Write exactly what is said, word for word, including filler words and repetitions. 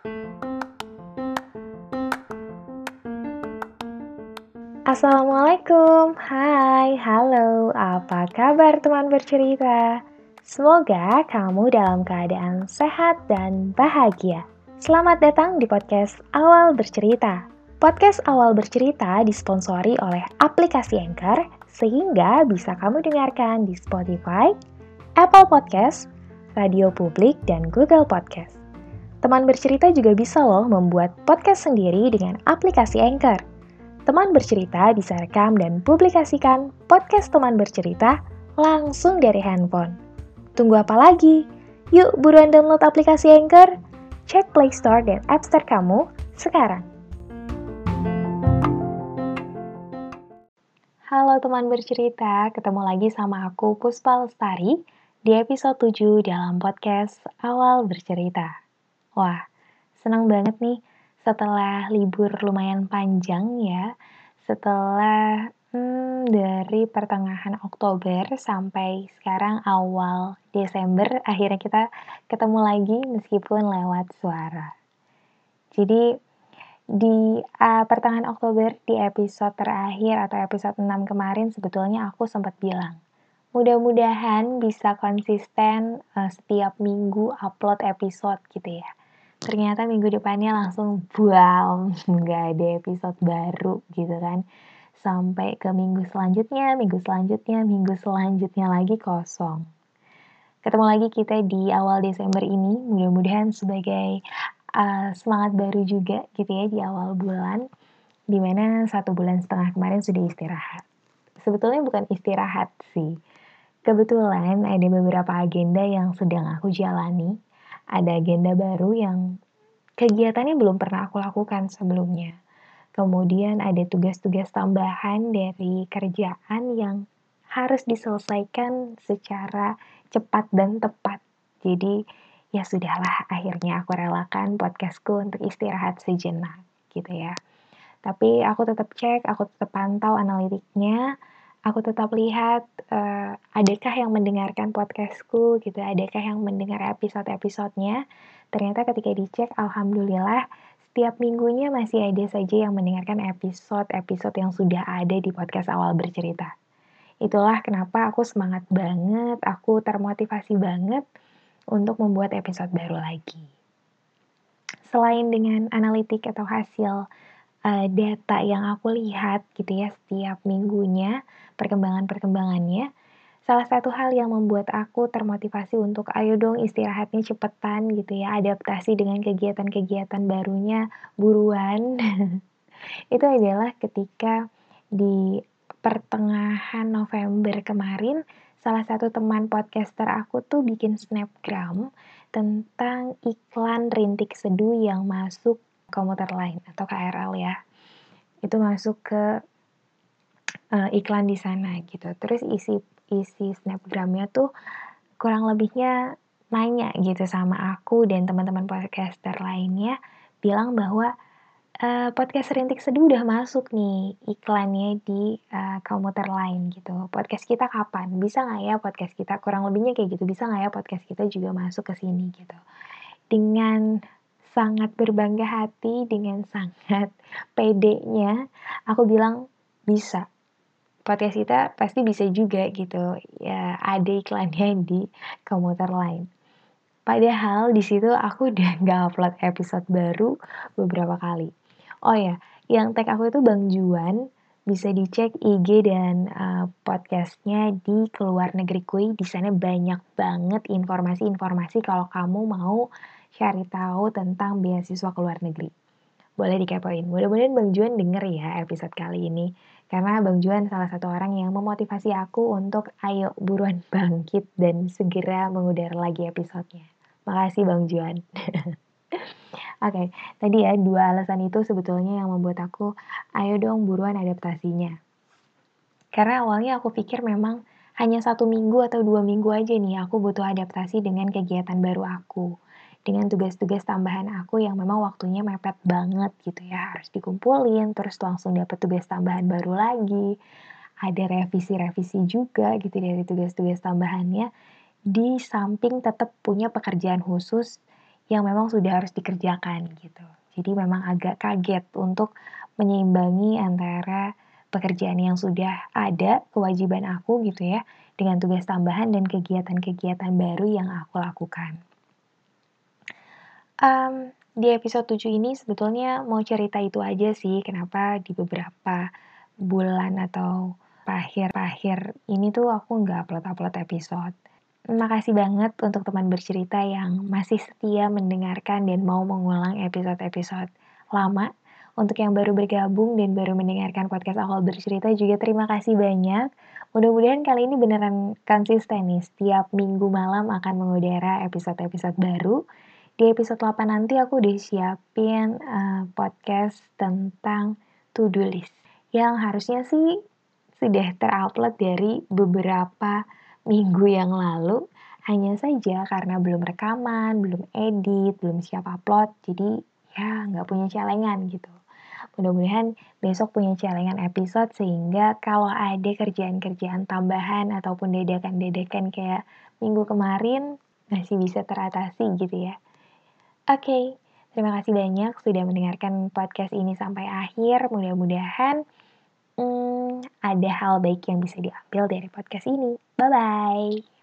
Assalamualaikum, hai, halo, apa kabar teman bercerita? Semoga kamu dalam keadaan sehat dan bahagia. Selamat datang di podcast Awal Bercerita. Podcast Awal Bercerita disponsori oleh aplikasi Anchor, sehingga bisa kamu dengarkan di Spotify, Apple Podcast, Radio Publik, dan Google Podcast. Teman bercerita juga bisa loh membuat podcast sendiri dengan aplikasi Anchor. Teman bercerita bisa rekam dan publikasikan podcast teman bercerita langsung dari handphone. Tunggu apa lagi? Yuk buruan download aplikasi Anchor. Cek Play Store dan App Store kamu sekarang. Halo teman bercerita, ketemu lagi sama aku Puspa Lestari di episode tujuh dalam podcast Awal Bercerita. Wah, senang banget nih setelah libur lumayan panjang ya, setelah hmm, dari pertengahan Oktober sampai sekarang awal Desember, akhirnya kita ketemu lagi meskipun lewat suara. Jadi di uh, pertengahan Oktober di episode terakhir atau episode enam kemarin sebetulnya aku sempat bilang, mudah-mudahan bisa konsisten uh, setiap minggu upload episode gitu ya. Ternyata minggu depannya langsung wow, nggak ada episode baru gitu kan. Sampai ke minggu selanjutnya, minggu selanjutnya, minggu selanjutnya lagi kosong. Ketemu lagi kita di awal Desember ini, mudah-mudahan sebagai uh, semangat baru juga gitu ya di awal bulan, dimana satu bulan setengah kemarin sudah istirahat. Sebetulnya bukan istirahat sih, kebetulan ada beberapa agenda yang sedang aku jalani, ada agenda baru yang kegiatannya belum pernah aku lakukan sebelumnya. Kemudian ada tugas-tugas tambahan dari kerjaan yang harus diselesaikan secara cepat dan tepat. Jadi ya sudahlah, akhirnya aku relakan podcastku untuk istirahat sejenak gitu ya. Tapi aku tetap cek, aku tetap pantau analitiknya, aku tetap lihat uh, adakah yang mendengarkan podcastku gitu, adakah yang mendengar episode-episodenya. Ternyata ketika dicek, alhamdulillah setiap minggunya masih ada saja yang mendengarkan episode-episode yang sudah ada di podcast Awal Bercerita. Itulah kenapa aku semangat banget, aku termotivasi banget untuk membuat episode baru lagi. Selain dengan analitik atau hasil uh, data yang aku lihat gitu ya setiap minggunya, perkembangan-perkembangannya, salah satu hal yang membuat aku termotivasi untuk ayo dong istirahatnya cepetan gitu ya, adaptasi dengan kegiatan-kegiatan barunya buruan. Itu adalah ketika di pertengahan November kemarin, salah satu teman podcaster aku tuh bikin snapgram tentang iklan Rintik Seduh yang masuk komuter lain atau K R L ya. Itu masuk ke uh, iklan di sana gitu. Terus isi isi snapgramnya tuh kurang lebihnya nanya gitu sama aku dan teman-teman podcaster lainnya, bilang bahwa uh, podcast Rintik Seduh udah masuk nih iklannya di uh, komuter lain gitu. Podcast kita kapan? Bisa nggak ya podcast kita? Kurang lebihnya kayak gitu. Bisa nggak ya podcast kita juga masuk ke sini gitu. Dengan sangat berbangga hati, dengan sangat pedenya, aku bilang bisa. Podcast kita pasti bisa juga gitu, ya ada iklannya di komuter lain. Padahal di situ aku udah nggak upload episode baru beberapa kali. Oh ya, yang tag aku itu Bang Juan, bisa dicek I G dan uh, podcastnya di Keluar Negeri Kuy. Di sana banyak banget informasi-informasi kalau kamu mau cari tahu tentang beasiswa ke luar negeri. Boleh dikepoin. Mudah-mudahan Bang Juan denger ya episode kali ini. Karena Bang Juan salah satu orang yang memotivasi aku untuk ayo buruan bangkit dan segera mengudara lagi episodenya. Makasih Bang Juan. Oke, okay, tadi ya dua alasan itu sebetulnya yang membuat aku ayo dong buruan adaptasinya. Karena awalnya aku pikir memang hanya satu minggu atau dua minggu aja nih aku butuh adaptasi dengan kegiatan baru aku. Dengan tugas-tugas tambahan aku yang memang waktunya mepet banget gitu ya. Harus dikumpulin, terus langsung dapat tugas tambahan baru lagi. Ada revisi-revisi juga gitu dari tugas-tugas tambahannya. Di samping tetap punya pekerjaan khusus yang memang sudah harus dikerjakan gitu. Jadi memang agak kaget untuk menyeimbangi antara pekerjaan yang sudah ada, kewajiban aku gitu ya, dengan tugas tambahan dan kegiatan-kegiatan baru yang aku lakukan. Mmm, di episode tujuh ini sebetulnya mau cerita itu aja sih, kenapa di beberapa bulan atau akhir-akhir ini tuh aku nggak upload-upload episode. Makasih banget untuk teman bercerita yang masih setia mendengarkan dan mau mengulang episode-episode lama. Untuk yang baru bergabung dan baru mendengarkan podcast Awal Bercerita juga terima kasih banyak. Mudah-mudahan kali ini beneran konsisten nih, setiap minggu malam akan mengudara episode-episode baru. Di episode delapan nanti aku udah siapin, eee, podcast tentang to do list, yang harusnya sih sudah terupload dari beberapa minggu yang lalu, hanya saja karena belum rekaman, belum edit, belum siap upload, jadi ya nggak punya celengan gitu. Mudah-mudahan besok punya celengan episode sehingga kalau ada kerjaan-kerjaan tambahan ataupun dadakan-dadakan kayak minggu kemarin, masih bisa teratasi gitu ya. Oke, terima kasih banyak sudah mendengarkan podcast ini sampai akhir. Mudah-mudahan, mmm, ada hal baik yang bisa diambil dari podcast ini. Bye-bye.